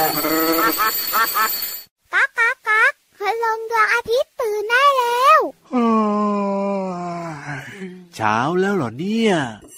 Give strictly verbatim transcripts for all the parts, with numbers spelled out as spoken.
ก๊ากก๊ากก๊ากคืลงดวงอาทิตย์ตื่นได้แล้วเช้าแล้วเหรอเนี่ย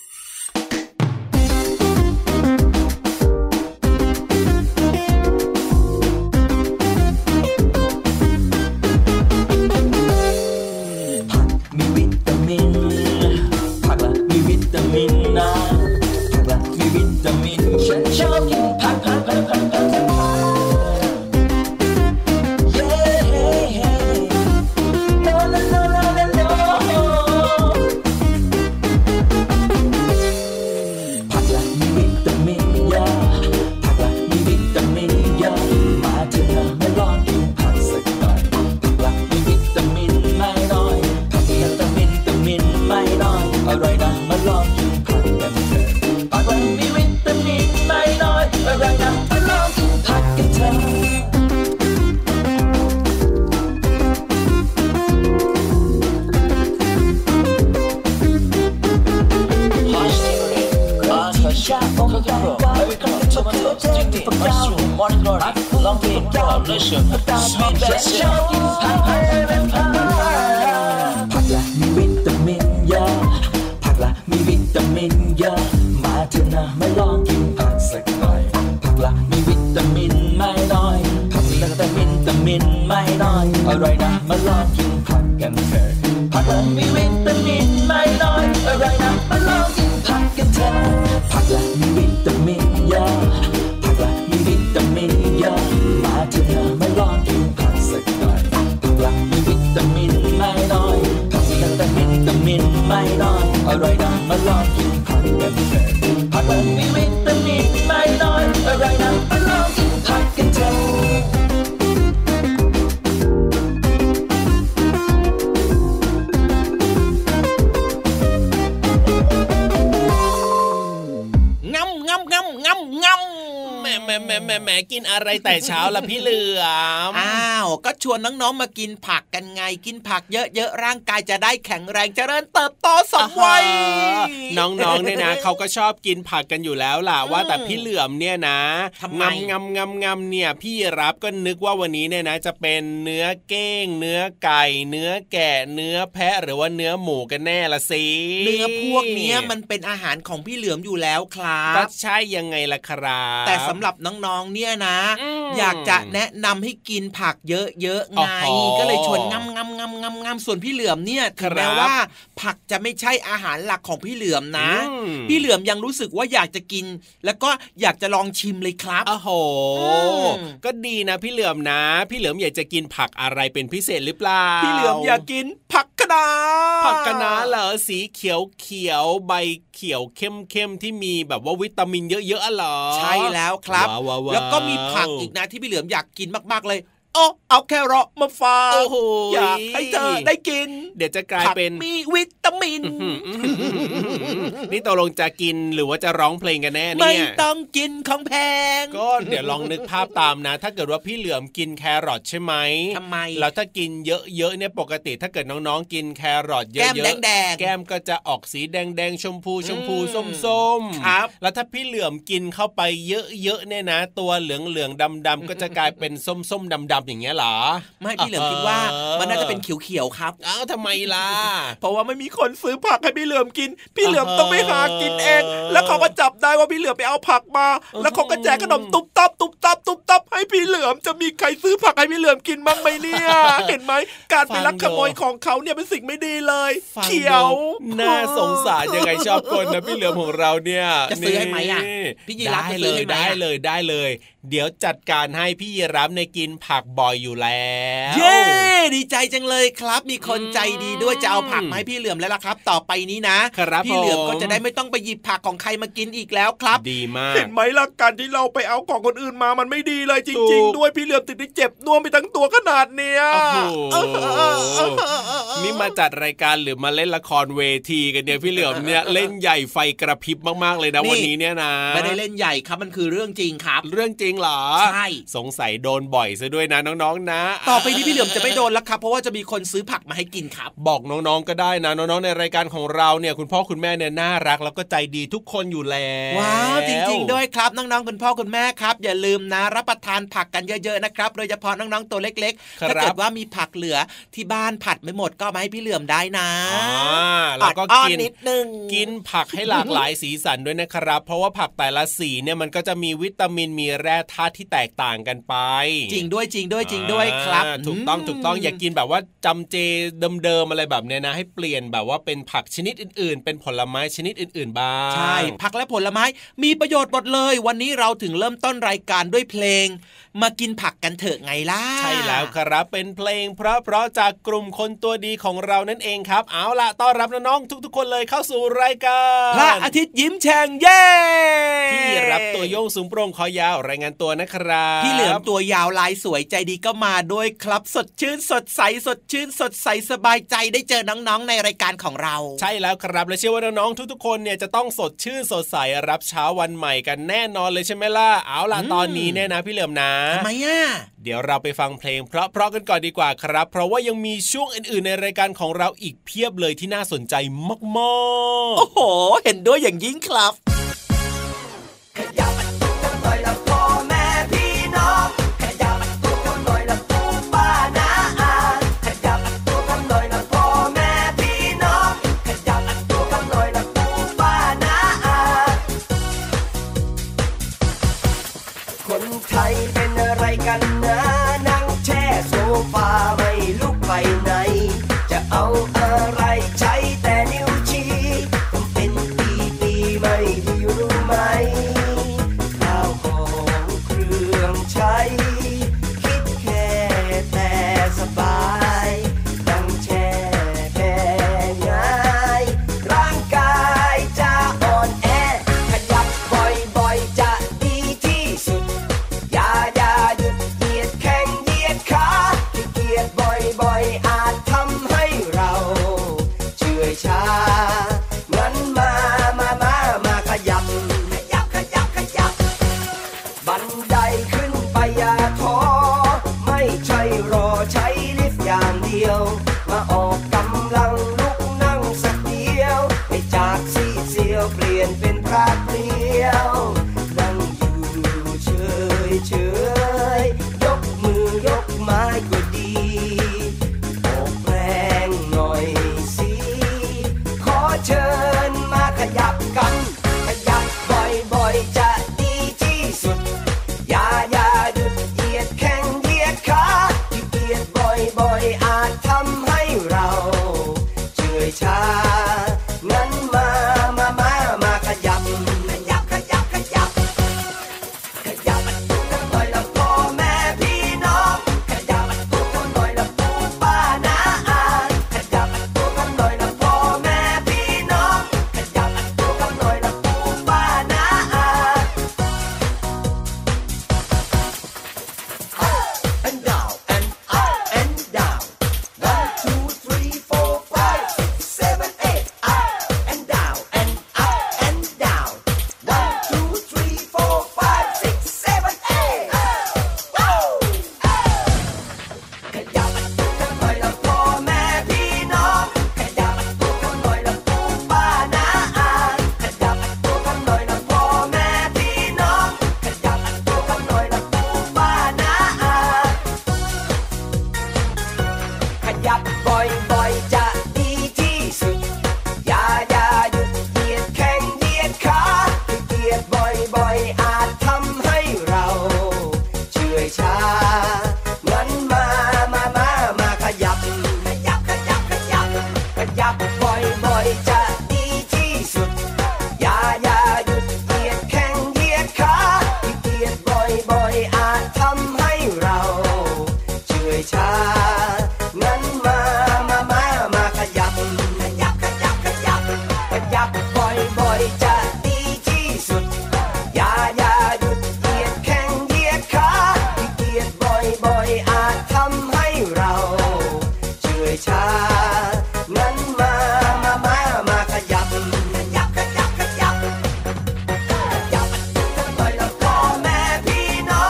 กินอะไรแต่เช้าล่ะพี่เหลือมอ้าวก็ชวนน้องๆมากินผักกันไงกินผักเยอะๆร่างกายจะได้แข็งแรงเจริญเติบโตสมวัยน้องๆเนี่ยนะเขาก็ชอบกินผักกันอยู่แล้วล่ะว่าแต่พี่เหลือมเนี่ยนะงำงำงำงำเนี่ยพี่รับก็นึกว่าวันนี้เนี่ยนะจะเป็นเนื้อเก้งเนื้อไก่เนื้อแกะเนื้อแพะหรือว่าเนื้อหมูกันแน่ละสิเนื้อพวกนี้มันเป็นอาหารของพี่เหลือมอยู่แล้วครับก็ใช่ยังไงล่ะครับแต่สำหรับน้องๆเนี่ยนะอยากจะแนะนำให้กินผักเยอะๆไงก็เลยชวนงำงำงำงำงำส่วนพี่เหลือมเนี่ยถึงแม้ว่าผักจะไม่ใช่อาหารหลักของพี่เหลือมนะพี่เหลือมยังรู้สึกว่าอยากจะกินแล้วก็อยากจะลองชิมเลยครับโอ้โหก็ดีนะพี่เหลือมนะพี่เหลือมอยากจะกินผักอะไรเป็นพิเศษหรือเปล่าพี่เหลือมอยากกินผักคะน้าผักคะน้าเหรอสีเขียวเขียวใบเขียวเข้มเข้มที่มีแบบว่าวิตามินเยอะๆเหรอใช่แล้วครับแล้วก็มีผักอีกนะที่พี่เหลือมอยากกินมากๆเลยโอ้เอาแครอทมาฝากอยากให้เธอได้กินเดี๋ยวจะกลายเป็นมีวิตามินนี่ตกลงจะกินหรือว่าจะร้องเพลงกันแน่เนี่ยไม่ต้องกินของแพงก็เดี๋ยวลองนึกภาพตามนะถ้าเกิดว่าพี่เหลือมกินแครอทใช่ไหมทำไมแล้วถ้ากินเยอะๆเนี่ยปกติถ้าเกิดน้องๆกินแครอทเยอะๆแก้มแดงๆแก้มก็จะออกสีแดงๆชมพูชมพูส้มๆครับแล้วถ้าพี่เหลือมกินเข้าไปเยอะๆเนี่ยนะตัวเหลืองๆดำๆก็จะกลายเป็นส้มๆดำๆอย่างเงี้ยหรอไม่พี่เหลือมคิดว่ามันน่าจะเป็นเขียวๆครับอ้าวทำไมล่ะเพราะว่าไม่มีคนซื้อผักให้พี่เหลือมกินพี่เหลือมต้องไปหากินเองแล้วเขาก็จับได้ว่าพี่เหลือมไปเอาผักมาแล้วเขาก็แจกขนมตุ๊บตับตุ๊บตับตุ๊บตับให้พี่เหลือมจะมีใครซื้อผักให้พี่เหลือมกินบ้างไหมเนี่ยเห็นไหมการไปลักขโมยของเขาเนี่ยเป็นสิ่งไม่ดีเลยเขียวน่าสงสารยังไงชอบคนนะพี่เหลือมของเราเนี่ยจะซื้อให้ไหมอ่ะพี่ยีราฟได้เลยได้เลยได้เลยเดี๋ยวจัดการให้พี่ยีราฟในกินผักบ่อยอยู่แล้วเย้ดีใจจังเลยครับมีคนใจดีด้วยจะเอาผักมาให้พี่เหลือมแล้วล่ะครับต่อไปนี้นะพี่เหลือมก็จะได้ไม่ต้องไปหยิบผักของใครมากินอีกแล้วครับดีมากเห็นไหมล่ะการที่เราไปเอาของคนอื่นมามันไม่ดีเลยจริงๆด้วยพี่เหลือมติดได้เจ็บน่วมไปทั้งตัวขนาดเนี้ยนี่มาจัดรายการหรือมาเล่นละครเวทีกันเนี่ยพี่เหลือมเนี่ยเล่นใหญ่ไฟกระพริบมากๆเลยนะวันนี้เนี่ยนะไม่ได้เล่นใหญ่ครับมันคือเรื่องจริงครับเรื่องจริงเหรอใช่สงสัยโดนบ่อยซะด้วยนะน้องๆนะต่อไปนี้พี่เหลือมจะไม่โดนแล้วครับเพราะว่าจะมีคนซื้อผักมาให้กินครับบอกน้องๆก็ได้นะน้องๆในรายการของเราเนี่ยคุณพ่อคุณแม่เนี่ยน่ารักแล้วก็ใจดีทุกคนอยู่แล้วว้าวจริงๆด้วยครับน้องๆคุณพ่อคุณแม่ครับอย่าลืมนะรับประทานานผักกันเยอะๆนะครับโดยเฉพาะน้องๆตัวเล็กๆถ้าเกิดว่ามีผักเหลือที่บ้านผัดไม่หมดก็มาให้พี่เหลือมได้นะแล้วก็กินนิดนึงกินผักให้หลากหลายสีสันด้วยนะครับเพราะว่าผักแต่ละสีเนี่ยมันก็จะมีวิตามินมีแร่ธาตุที่แตกต่างกันไปจริงด้วยจริงด้วยจริงด้วยครับถูกต้องถูกต้องอย่ากินแบบว่าจำเจเดิมๆอะไรแบบเนี้ยนะให้เปลี่ยนแบบว่าเป็นผักชนิดอื่นๆเป็นผลไม้ชนิดอื่นๆบ้างใช่ผักและผลไม้มีประโยชน์หมดเลยวันนี้เราถึงเริ่มต้นรายการด้วยเพลงมากินผักกันเถอะไงล่ะใช่แล้วครับเป็นเพลงเพราะๆจากกลุ่มคนตัวดีของเรานั่นเองครับเอาล่ะต้อนรับน้องๆทุกๆคนเลยเข้าสู่รายการพระอาทิตย์ยิ้มแฉ่งเย้พี่รับตัวโยงสูงโปร่งคอยาวรายงานตัวนะครับพี่เหลือมตัวยาวลายสวยใจดีก็มาด้วยครับสดชื่นสดใสสดชื่นสดใสสบายใจได้เจอน้องๆในรายการของเราใช่แล้วครับและเชื่อว่าน้องๆทุกๆคนเนี่ยจะต้องสดชื่นสดใสรับเช้าวันใหม่กันแน่นอนเลยใช่ไหมล่ะเอาล่ะตอนนี้เนี่ยนะพี่เหลือมนะทำไมอ่ะเดี๋ยวเราไปฟังเพลงเพราะๆกันก่อนดีกว่าครับเพราะว่ายังมีช่วงอื่นๆในรายการของเราอีกเพียบเลยที่น่าสนใจมากๆโอ้โหเห็นด้วยอย่างยิ่งครับขยับตัวกันหน่อยละพ่อแม่พี่น้องขยับตัวกันหน่อยละปู่ป้าน้าอาขยับตัวกันหน่อยละพ่อแม่พี่น้องขยับตัวกันหน่อยละปู่ป้าน้าอาคนไทยเป็นอะไรกันนะนั่งแช่โซฟาไม่ลุกไปไหนจะเอาอะไรใช้แต่นิ้วชี้เป็นปีๆไม่ดีรู้ไหมข้าวของเครื่องใช้คิดแค่แต่สบายนั่งแช่แค่ง่ายร่างกายจะอ่อนแอขยับบ่อยๆจะดีที่สุดอย่าอย่าหยุดเหยียดแข้งเหยียดขาขี้เกียจบ่อยๆอาจทำให้เราเฉื่อยชางั้นมามามามาขยับขยับขยับขยับบันไดขึ้นไปอย่าท้อไม่ใช่รอใช้ลิฟต์อย่างเดียวมาออกกำลังลุกนั่งสักเดียวให้จากซีเซียวเปลี่ยนเป็นพระเปลี่ยวนั่งอยู่เฉยเฉยยกมือยกไม้ก็ดีออกแรงหน่อยสิขอเชิญมาขยับกันขยับบ่อยๆจะดีที่สุดอย่าอย่าหยุดเหยียดแข้งเหยียดขาขี้เกียจบ่อยๆอาจทำให้เราเฉื่อยชางั้นมามามามาขยับขยับขยับขยับขยับตัวกันหน่อยละพ่อแม่พี่น้องขยับตัวกันหน่อยละปู่ป้าน้าอาขยับตัวกันหน่อยละพ่อแม่พี่น้องขยับตัวกันหน่อยละปู่ป้าน้าอา Up and down and up and down one two three four five six seven eight up and down and up and down one two three four five six seven eightขยับตัวกันหน่อยละพ่อแม่พี่น้องขยับตัวกันหน่อยละปู่ป้าน้าอาขยับตัวกันหน่อยละพ่อแม่พี่น้องขยับตัวกันหน่อยละปู่ป้าน้าอาขยับบ่อยๆจะดีที่สุดอย่าอย่าหยุดเหยียดแข้งเหยียดขาขี้เกียจบ่อยๆอาจทำให้เราเฉื่อยชางั้นมามามามาขยับขยับขยับขยับขยับบ่อยๆจะดีที่สุดอย่าอย่าหยุดเหยียดแข้งเหยียดขาขี้เกียจบ่อยๆอาจทำให้เราเฉื่อยชางั้นมามามามาขยับขยับขยับขยับขยับบ่อยๆจะดีที่สุดอย่าอย่าหยุดเหยียดแข้งเหยียดขาขี้เกียจบ่อยๆอาจทำให้เราเฉื่อยชางั้นมามามามาขยับขยับขยับขยับขยับตัวกันหน่อยละพ่อแม่พี่น้อง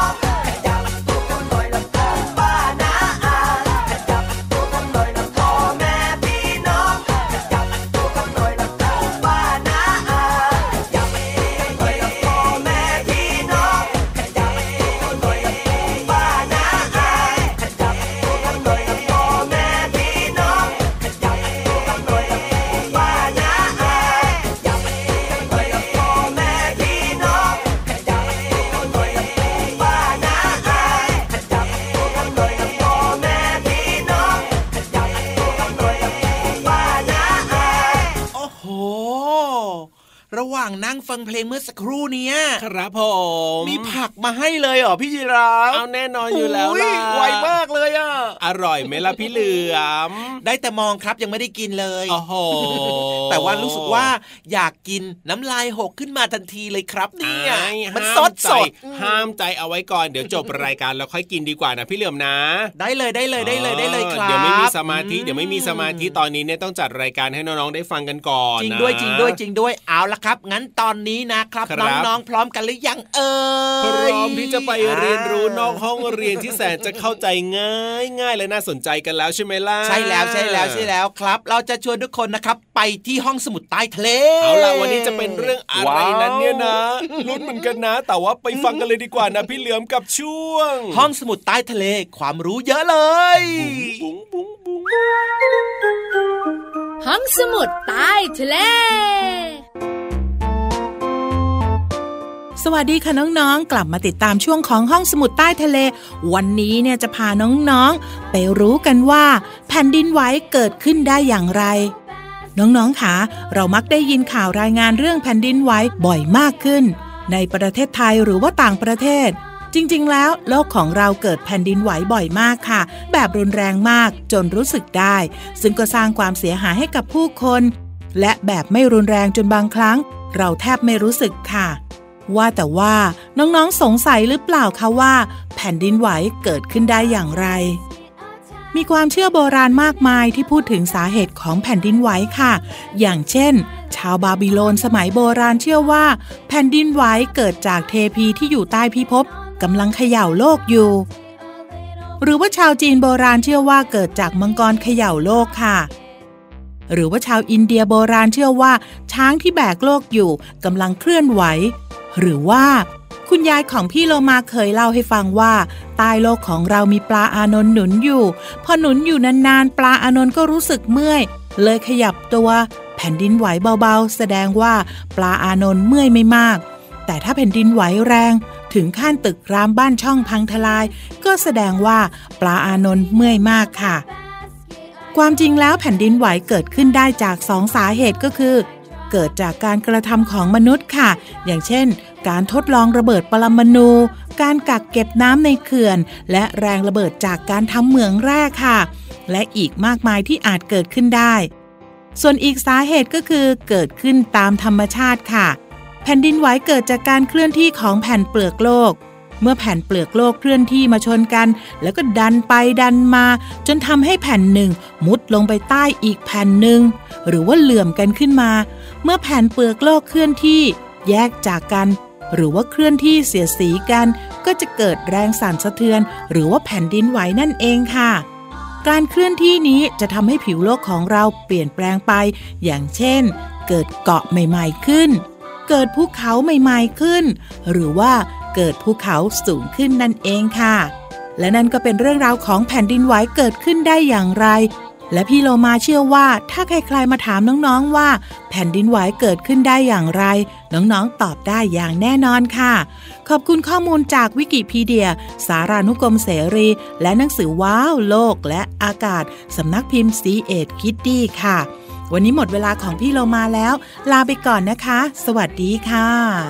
ว่างนั่งฟังเพลงเมื่อสักครู่เนี้ยครับผมมีผักมาให้เลยเหรอพี่ยีราฟเอาแน่นอนอยู่แล้วล่ะไวมากเลยอ่ะอร่อยไหมล่ะพี่เหลือมได้แต่มองครับยังไม่ได้กินเลยโอ้โหแต่ว่ารู้สึกว่าอยากกินน้ำลายหกขึ้นมาทันทีเลยครับเนี่ยมันสดสดห้ามใจเอาไว้ก่อนเดี๋ยวจบรายการแล้วค่อยกินดีกว่านะพี่เหลือมนะได้เลยได้เลยได้เลยได้เลยครับเดี๋ยวไม่มีสมาธิเดี๋ยวไม่มีสมาธิตอนนี้เนี่ยต้องจัดรายการให้น้องๆได้ฟังกันก่อนจริงด้วยจริงด้วยจริงด้วยเอาละครับงั้นตอนนี้นะครับน้องๆพร้อมกันหรือยังเอ่ยพร้อมที่จะไปเรียนรู้นอกห้องเรียนที่แสนจะเข้าใจง่ายง่ายและน่าสนใจกันแล้วใช่ไหมล่ะใช่แล้วใช่แล้วใช่แล้วครับเราจะชวนทุกคนนะครับไปที่ห้องสมุดใต้ทะเลเอาล่ะวันนี้จะเป็นเรื่องอะไรนั้นเนี่ยนะลุ้นเหมือนกันนะแต่ว่าไปฟังกันเลยดีกว่านะพี่เหลือมกับช่วงห้องสมุดใต้ทะเลความรู้เยอะเลยบุ๋งบุ๋งบุ๋งห้องสมุดใต้ทะเลสวัสดีค่ะน้องๆกลับมาติดตามช่วงของห้องสมุดใต้ทะเลวันนี้เนี่ยจะพาน้องๆไปรู้กันว่าแผ่นดินไหวเกิดขึ้นได้อย่างไรน้องๆคะเรามักได้ยินข่าวรายงานเรื่องแผ่นดินไหวบ่อยมากขึ้นในประเทศไทยหรือว่าต่างประเทศจริงๆแล้วโลกของเราเกิดแผ่นดินไหวบ่อยมากค่ะแบบรุนแรงมากจนรู้สึกได้ซึ่งก็สร้างความเสียหายให้กับผู้คนและแบบไม่รุนแรงจนบางครั้งเราแทบไม่รู้สึกค่ะว่าแต่ว่าน้องๆสงสัยหรือเปล่าคะว่าแผ่นดินไหวเกิดขึ้นได้อย่างไรมีความเชื่อโบราณมากมายที่พูดถึงสาเหตุของแผ่นดินไหวค่ะอย่างเช่นชาวบาบิโลนสมัยโบราณเชื่อว่าแผ่นดินไหวเกิดจากเทพีที่อยู่ใต้พิภพกำลังเขย่าโลกอยู่หรือว่าชาวจีนโบราณเชื่อว่าเกิดจากมังกรเขย่าโลกค่ะหรือว่าชาวอินเดียโบราณเชื่อว่าช้างที่แบกโลกอยู่กำลังเคลื่อนไหวหรือว่าคุณยายของพี่โลมาเคยเล่าให้ฟังว่าใต้โลกของเรามีปลาอานนท์หนุนอยู่พอหนุนอยู่นานๆปลาอานนท์ก็รู้สึกเมื่อยเลยขยับตัวแผ่นดินไหวเบาๆแสดงว่าปลาอานนท์เมื่อยไม่มากแต่ถ้าแผ่นดินไหวแรงถึงขั้นตึกรามบ้านช่องพังทลายก็แสดงว่าปลาอานนท์เมื่อยมากค่ะความจริงแล้วแผ่นดินไหวเกิดขึ้นได้จากสองสาเหตุก็คือเกิดจากการกระทำของมนุษย์ค่ะอย่างเช่นการทดลองระเบิดปรมาณูการกักเก็บน้ำในเขื่อนและแรงระเบิดจากการทำเหมืองแร่ค่ะและอีกมากมายที่อาจเกิดขึ้นได้ส่วนอีกสาเหตุก็คือเกิดขึ้นตามธรรมชาติค่ะแผ่นดินไหวเกิดจากการเคลื่อนที่ของแผ่นเปลือกโลกเมื่อแผ่นเปลือกโลกเคลื่อนที่มาชนกันแล้วก็ดันไปดันมาจนทำให้แผ่นหนึ่งมุดลงไปใต้อีกแผ่นหนึ่งหรือว่าเหลื่อมกันขึ้นมาเมื่อแผ่นเปลือกโลกเคลื่อนที่แยกจากกันหรือว่าเคลื่อนที่เสียดสีกันก็จะเกิดแรงสั่นสะเทือนหรือว่าแผ่นดินไหวนั่นเองค่ะการเคลื่อนที่นี้จะทำให้ผิวโลกของเราเปลี่ยนแปลงไปอย่างเช่นเกิดเกาะใหม่ๆขึ้นเกิดภูเขาใหม่ๆขึ้นหรือว่าเกิดภูเขาสูงขึ้นนั่นเองค่ะและนั่นก็เป็นเรื่องราวของแผ่นดินไหวเกิดขึ้นได้อย่างไรและพี่โลมาเชื่อว่าถ้าใครๆมาถามน้องๆว่าแผ่นดินไหวเกิดขึ้นได้อย่างไรน้องๆตอบได้อย่างแน่นอนค่ะขอบคุณข้อมูลจากวิกิพีเดียสารานุกรมเสรีและหนังสือว้าวโลกและอากาศสำนักพิมพ์ ซี เอ็ด Kiddie ค่ะวันนี้หมดเวลาของพี่โลมาแล้วลาไปก่อนนะคะสวัสดีค่ะ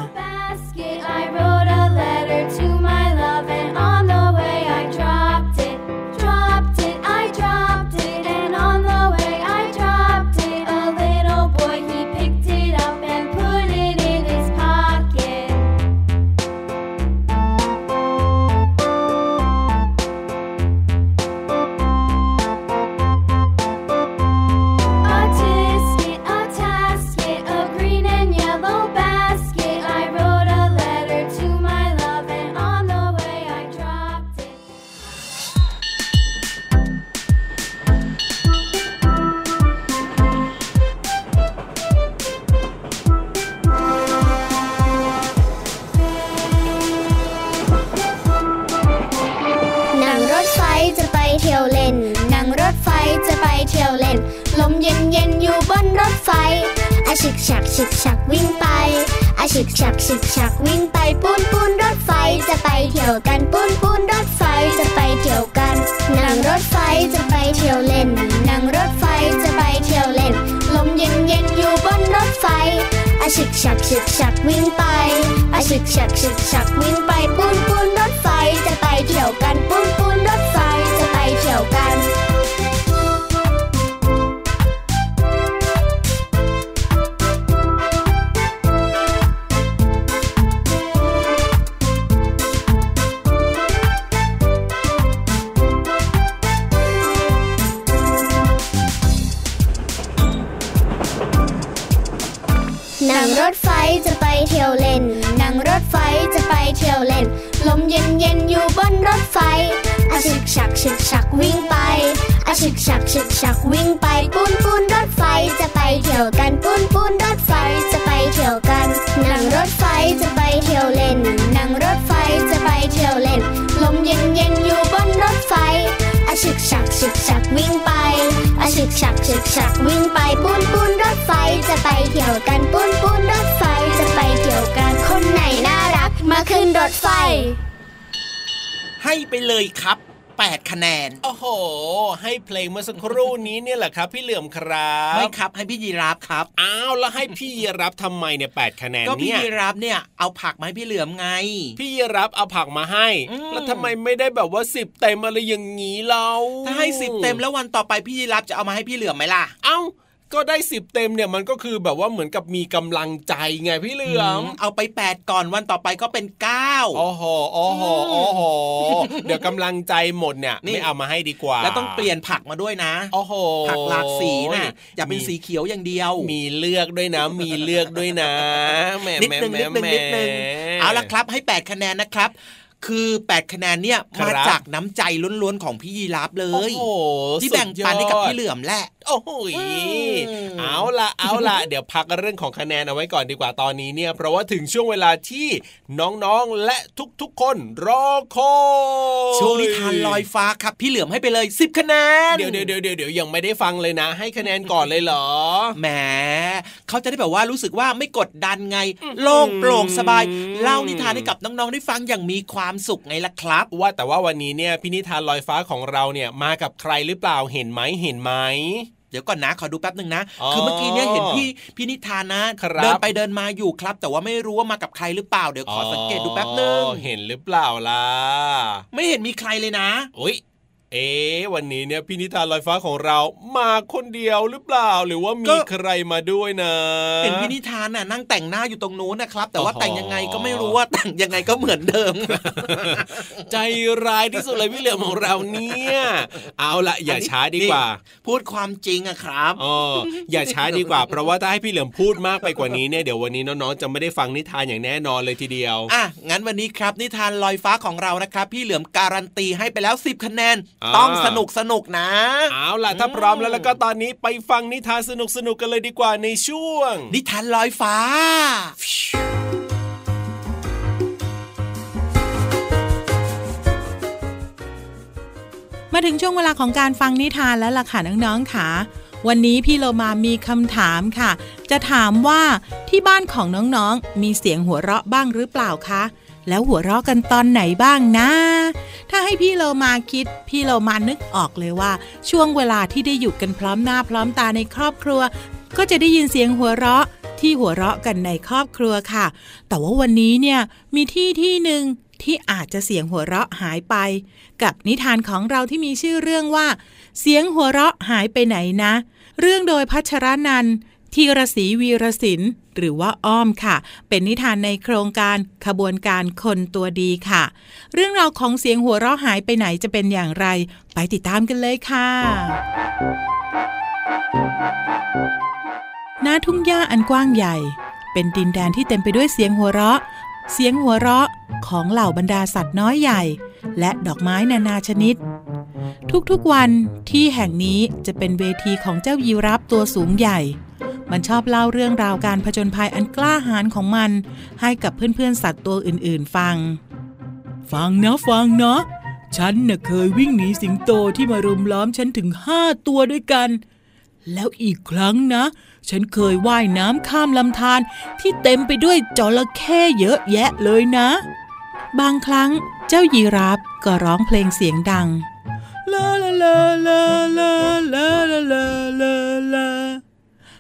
ฉึกฉักฉึกฉักวิ่งไปอาฉึกฉักฉึกฉักวิ่งไปปูนปูนรถไฟจะไปเที่ยวกันปูนปูนรถไฟจะไปเที่ยวกันนั่งรถไฟจะไปเที่ยวเล่นนั่งรถไฟจะไปเที่ยวเล่นลมเย็นเย็นอยู่บนรถไฟอาอะฉึกฉักฉึกฉักวิ่งไปอะฉึกฉักฉึกฉักวิ่งไปปูนปูนรถไฟจะไปเที่ยวกันปูนปูนรถไฟจะไปเที่ยวกันนั่งรถไฟจะไปเที่ยวเล่นนั่งรถไฟจะไปเที่ยวเล่นลมเย็นเย็นอยู่บนรถไฟอะฉึกฉักฉึกฉักวิ่งไปอะฉึกฉักฉึกฉักวิ่งไปปูนปูนรถไฟจะไปเที่ยวกันปูนปูนรถไฟจะไปเที่ยวกันนั่งรถไฟจะไปเที่ยวเล่นนั่งรถไฟจะไปเที่ยวเล่นลมเย็นเย็นอยู่บนรถไฟอะฉึกฉักฉึกฉักวิ่งไปอะฉึกฉักฉึกฉักวิ่งไปปูนปูนรถไฟจะไปเที่ยวกันปูนปูนรถไฟจะไปเที่ยวกันคนไหนน่ารักมาขึ้นรถไฟให้ไปเลยครับแปดคะแนนโอ้โหให้เพลงเมื่อสักครู่นี้เนี่ยแหละครับพี่เหลื่อมครับไม่ครับให้พี่ยีราฟครับอ้าวแล้วให้พี่ยีราฟทำไมเนี่ยแปดคะแนนเนี่ยก็พี่ยีราฟเนี่ยเอาผักมาให้พี่เหลือมไงพี่ยีราฟเอาผักมาให้แล้วทำไมไม่ได้แบบว่าสิบเต็มอะไรอย่างงี้เราถ้าให้สิบเต็มแล้ววันต่อไปพี่ยีราฟจะเอามาให้พี่เหลือมไหมล่ะเอ้าก็ได้สิบเต็มเนี่ยมันก็คือแบบว่าเหมือนกับมีกำลังใจไงพี่เหลือมเอาไปแปดก่อนวันต่อไปก็เป็นเก้าโอ้โหโอ้โหโอ้โหเดี๋ยวกำลังใจหมดเนี่ยไม่เอามาให้ดีกว่าแล้วต้องเปลี่ยนผักมาด้วยนะโอ้โหผักหลากสีนะอย่าเป็นสีเขียวอย่างเดียวมีเลือกด้วยนะมีเลือกด้วยนะแหมนิดนึงนิดนึงนิดนึงเอาละครับให้แปดคะแนนนะครับคือแปดคะแนนเนี่ยมาจากน้ำใจล้วนๆของพี่ยีราฟเลยที่แบ่งปันให้กับพี่เหลือมแหละโอ้โหเอาละเอาละเดี๋ยวพักเรื่องของคะแนนเอาไว้ก่อนดีกว่าตอนนี้เนี่ยเพราะว่าถึงช่วงเวลาที่น้องๆและทุกๆคนรอคอยช่วงนิทานลอยฟ้าครับพี่เหลือมให้ไปเลยสิบคะแนนเดี๋ยวเดี๋ยวเดี๋ยวเดี๋ยวยังไม่ได้ฟังเลยนะให้คะแนนก่อนเลยเหรอแหมเขาจะได้แบบว่ารู้สึกว่าไม่กดดันไงโล่งโปร่งสบายเล่านิทานให้กับน้องๆได้ฟังอย่างมีความสุขไงล่ะครับว่าแต่ว่าวันนี้เนี่ยพี่นิทานลอยฟ้าของเราเนี่ยมากับใครหรือเปล่าเห็นไหมเห็นไหมเดี๋ยวก่อนนะขอดูแป๊บนึงนะคือเมื่อกี้เนี่ยเห็นพี่พี่นิทานนะเดินไปเดินมาอยู่ครับแต่ว่าไม่รู้ว่ามากับใครหรือเปล่าเดี๋ยวขอสังเกตดูแป๊บนึงเห็นหรือเปล่าล่ะไม่เห็นมีใครเลยนะอุ๊ยเอ๊ะวันนี้เนี่ยพี่นิทานลอยฟ้าของเรามาคนเดียวหรือเปล่าหรือว่ามีใครมาด้วยนะเห็นพี่นิทานน่ะนั่งแต่งหน้าอยู่ตรงนู้นนะครับแต่ว่าแต่งยังไงก็ไม่รู้ว่าแต่งยังไงก็เหมือนเดิมใจร้ายที่สุดเลยพี่เหลือมของเราเนี่ยเอาละอย่าช้าดีกว่าพูดความจริงอะครับอ๋ออย่าช้าดีกว่าเพราะว่าถ้าให้พี่เหลือมพูดมากไปกว่านี้เนี่ยเดี๋ยววันนี้น้องๆจะไม่ได้ฟังนิทานอย่างแน่นอนเลยทีเดียวอ่ะงั้นวันนี้ครับนิทานลอยฟ้าของเรานะครับพี่เหลือมการันตีให้ไปแล้วสิบคะแนนต้องสนุกสนุกนะเอาล่ะถ้าพร้อมแล้วแล้วก็ตอนนี้ไปฟังนิทานสนุกสนุกกันเลยดีกว่าในช่วงนิทานลอยฟ้ามาถึงช่วงเวลาของการฟังนิทานแล้วล่ะค่ะน้องๆค่ะวันนี้พี่โลมามีคำถามค่ะจะถามว่าที่บ้านของน้องๆมีเสียงหัวเราะบ้างหรือเปล่าคะแล้วหัวเราะกันตอนไหนบ้างนะถ้าให้พี่โลมาคิดพี่โลมานึกออกเลยว่าช่วงเวลาที่ได้อยู่กันพร้อมหน้าพร้อมตาในครอบครัวก็จะได้ยินเสียงหัวเราะที่หัวเราะกันในครอบครัวค่ะแต่ว่าวันนี้เนี่ยมีที่ที่หนึ่งที่อาจจะเสียงหัวเราะหายไปกับนิทานของเราที่มีชื่อเรื่องว่าเสียงหัวเราะหายไปไหนนะเรื่องโดยพัชรนันท์ธีรศรีวีรศิลป์หรือว่าอ้อมค่ะเป็นนิทานในโครงการขบวนการคนตัวดีค่ะเรื่องราวของเสียงหัวเราะหายไปไหนจะเป็นอย่างไรไปติดตามกันเลยค่ะณ ทุ่งหญ้าอันกว้างใหญ่เป็นดินแดนที่เต็มไปด้วยเสียงหัวเราะเสียงหัวเราะของเหล่าบรรดาสัตว์น้อยใหญ่และดอกไม้นานาชนิดทุกๆวันที่แห่งนี้จะเป็นเวทีของเจ้ายีราฟตัวสูงใหญ่มันชอบเล่าเรื่องราวการผจญภัยอันกล้าหาญของมันให้กับเพื่อนๆสัตว์ตัวอื่นๆฟังฟังนะฟังนะฉันน่ะเคยวิ่งหนีสิงโตที่มารุมล้อมฉันถึงห้าตัวด้วยกันแล้วอีกครั้งนะฉันเคยว่ายน้ำข้ามลำธารที่เต็มไปด้วยจระเข้เยอะแยะเลยนะบางครั้งเจ้ายีราฟก็ร้องเพลงเสียงดังลาลาลาลาลาลาลาลาลา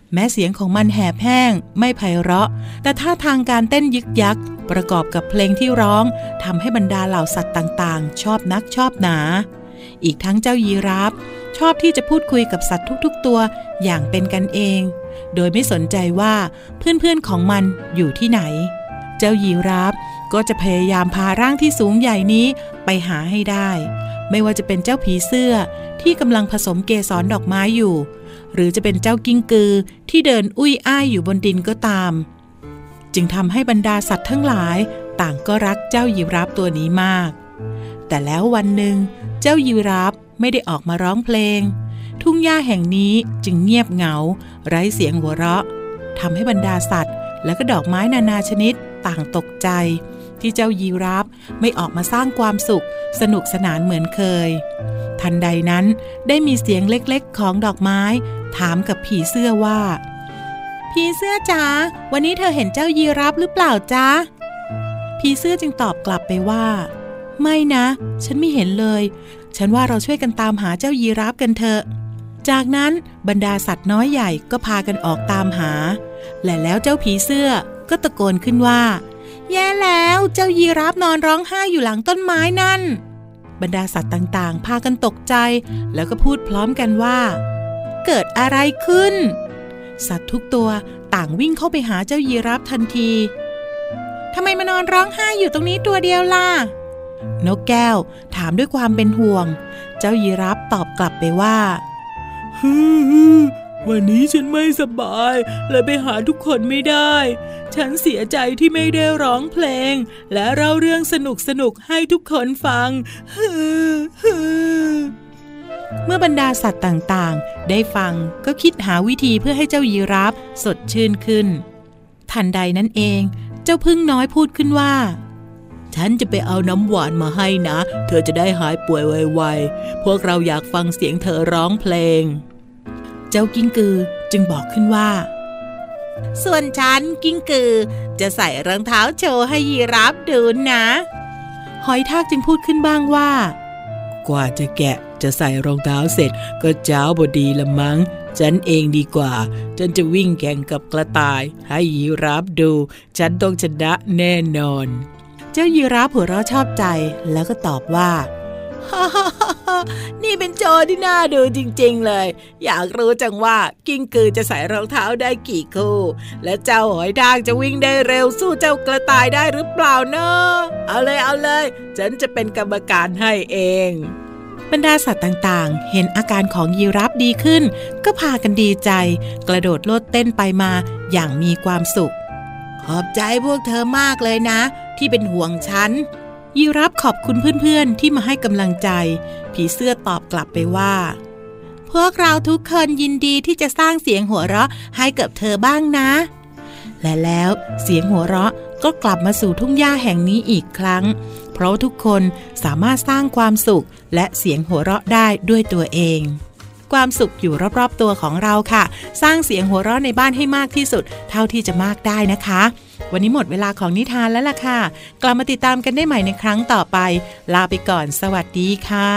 แม้เสียงของมันแหบแห้งไม่ไพเราะแต่ท่าทางการเต้นยึกยักประกอบกับเพลงที่ร้องทำให้บรรดาเหล่าสัตว์ต่างๆชอบนักชอบหนาอีกทั้งเจ้ายีราฟชอบที่จะพูดคุยกับสัตว์ทุกๆตัวอย่างเป็นกันเองโดยไม่สนใจว่าเพื่อนๆของมันอยู่ที่ไหนเจ้ายีราฟก็จะพยายามพาร่างที่สูงใหญ่นี้ไปหาให้ได้ไม่ว่าจะเป็นเจ้าผีเสื้อที่กำลังผสมเกสรดอกไม้อยู่หรือจะเป็นเจ้ากิ้งกือที่เดินอุ้ยอ้ายอยู่บนดินก็ตามจึงทำให้บรรดาสัตว์ทั้งหลายต่างก็รักเจ้ายีราฟตัวนี้มากแต่แล้ววันหนึ่งเจ้ายีราฟไม่ได้ออกมาร้องเพลงทุ่งหญ้าแห่งนี้จึงเงียบเหงาไร้เสียงหัวเราะทำให้บรรดาสัตว์และก็ดอกไม้นานาชนิดต่างตกใจที่เจ้ายีราฟไม่ออกมาสร้างความสุขสนุกสนานเหมือนเคยทันใดนั้นได้มีเสียงเล็กๆของดอกไม้ถามกับผีเสื้อว่าผีเสื้อจ๋าวันนี้เธอเห็นเจ้ายีราฟหรือเปล่าจ๊ะผีเสื้อจึงตอบกลับไปว่าไม่นะฉันไม่เห็นเลยฉันว่าเราช่วยกันตามหาเจ้ายีราฟกันเถอะจากนั้นบรรดาสัตว์น้อยใหญ่ก็พากันออกตามหาและแล้วเจ้าผีเสื้อก็ตะโกนขึ้นว่าแย่แล้วเจ้ายีราฟนอนร้องไห้อยู่หลังต้นไม้นั่นบรรดาสัตว์ต่างๆพากันตกใจแล้วก็พูดพร้อมกันว่าเกิดอะไรขึ้นสัตว์ทุกตัวต่างวิ่งเข้าไปหาเจ้ายีราฟทันทีทำไมมานอนร้องไห้อยู่ตรงนี้ตัวเดียวล่ะนกแก้วถามด้วยความเป็นห่วงเจ้ายีราฟตอบกลับไปว่าฮึวันนี้ฉันไม่สบายเลยไปหาทุกคนไม่ได้ฉันเสียใจที่ไม่ได้ร้องเพลงและเล่าเรื่องสนุกสนุกให้ทุกคนฟังฮึฮึเมื่อบรรดาสัตว์ต่างๆได้ฟังก็คิดหาวิธีเพื่อให้เจ้ายีราฟสดชื่นขึ้นทันใดนั้นเองเจ้าผึ้งน้อยพูดขึ้นว่าฉันจะไปเอาน้ำหวานมาให้นะเธอจะได้หายป่วยไวๆพวกเราอยากฟังเสียงเธอร้องเพลงเจ้ากิ้งกือจึงบอกขึ้นว่าส่วนฉันกิ้งกือจะใส่รองเท้าโชว์ให้ยีราฟดูนะหอยทากจึงพูดขึ้นบ้างว่ากว่าจะแกะจะใส่รองเท้าเสร็จก็เช้าพอดีละมั้งฉันเองดีกว่าฉันจะวิ่งแข่งกับกระต่ายให้ยีราฟดูฉันต้องชนะแน่นอนเจ้ายีราฟหัวเราะชอบใจแล้วก็ตอบว่าฮ่าฮ่าฮ่านี่เป็นโจทย์ที่น่าดูจริงๆเลยอยากรู้จังว่ากิ้งกือจะใส่รองเท้าได้กี่คู่และเจ้าหอยทากจะวิ่งได้เร็วสู้เจ้ากระต่ายได้หรือเปล่าเนอะเอาเลยเอาเลยฉันจะเป็นกรรมการให้เองบรรดาสัตว์ต่างๆเห็นอาการของยีราฟดีขึ้นก็พากันดีใจกระโดดโลดเต้นไปมาอย่างมีความสุขขอบใจพวกเธอมากเลยนะที่เป็นห่วงฉันยีราฟขอบคุณเพื่อนๆที่มาให้กำลังใจผีเสื้อตอบกลับไปว่าพวกเราทุกคนยินดีที่จะสร้างเสียงหัวเราะให้กับเธอบ้างนะและแล้วเสียงหัวเราะก็กลับมาสู่ทุ่งหญ้าแห่งนี้อีกครั้งเพราะทุกคนสามารถสร้างความสุขและเสียงหัวเราะได้ด้วยตัวเองความสุขอยู่รอบๆตัวของเราค่ะสร้างเสียงหัวเราะในบ้านให้มากที่สุดเท่าที่จะมากได้นะคะวันนี้หมดเวลาของนิทานแล้วล่ะค่ะกลับมาติดตามกันได้ใหม่ในครั้งต่อไปลาไปก่อนสวัสดีค่ะ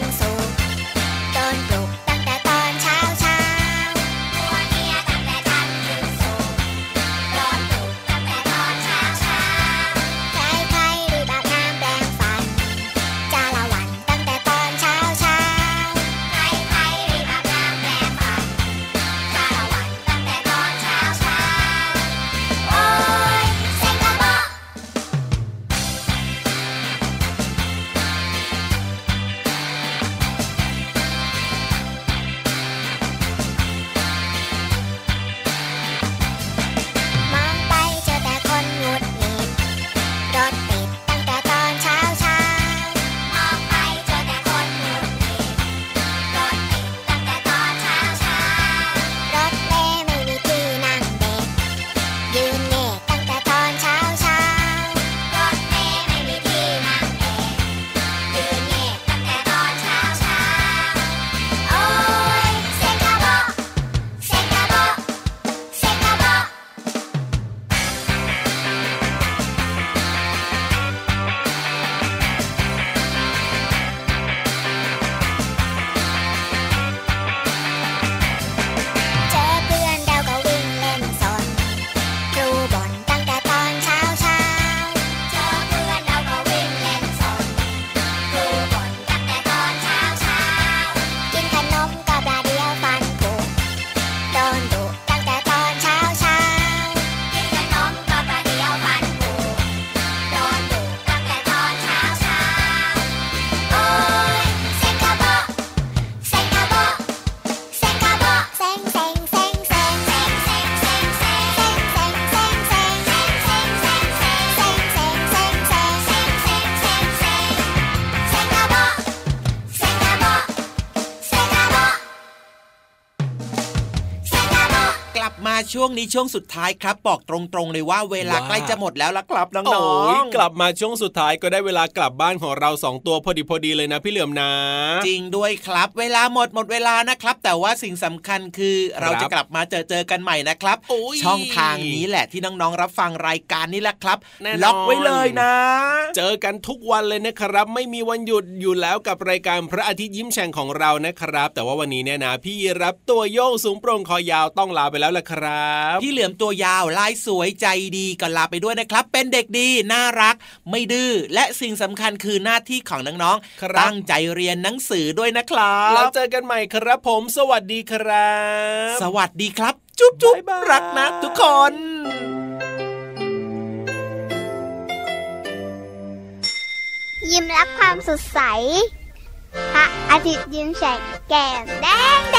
ตกลับมาช่วงนี้ช่วงสุดท้ายครับบอกตรงๆเลยว่าเวลาใกล้จะหมดแล้วละครับน้องๆกลับมาช่วงสุดท้ายก็ได้เวลากลับบ้านของเราสองตัวพอดีพอดีเลยนะพี่เหลือมนะจริงด้วยครับเวลาหมดหมดเวลานะครับแต่ว่าสิ่งสำคัญคือเราจะกลับมาเจอเจอกันใหม่นะครับช่องทางนี้แหละที่น้องๆรับฟังรายการนี้แหละครับล็อกไว้เลยนะเจอกันทุกวันเลยนะครับไม่มีวันหยุดอยู่แล้วกับรายการพระอาทิตย์ยิ้มแฉ่งของเรานะครับแต่ว่าวันนี้เนี่ยนะพี่รับตัวโยงสูงโปร่งคอยาวต้องลาไปแล้วล่ะครับพี่เหลือมตัวยาวลายสวยใจดีก็ลาไปด้วยนะครับเป็นเด็กดีน่ารักไม่ดื้อและสิ่งสำคัญคือหน้าที่ของน้องๆตั้งใจเรียนหนังสือด้วยนะครับแล้วเจอกันใหม่ครับผมสวัสดีครับสวัสดีครับจุ๊บจุ๊บรักนะทุกคนยิ้มรับความสดใสพระอาทิตย์ยิ้มแฉกแก้มแดง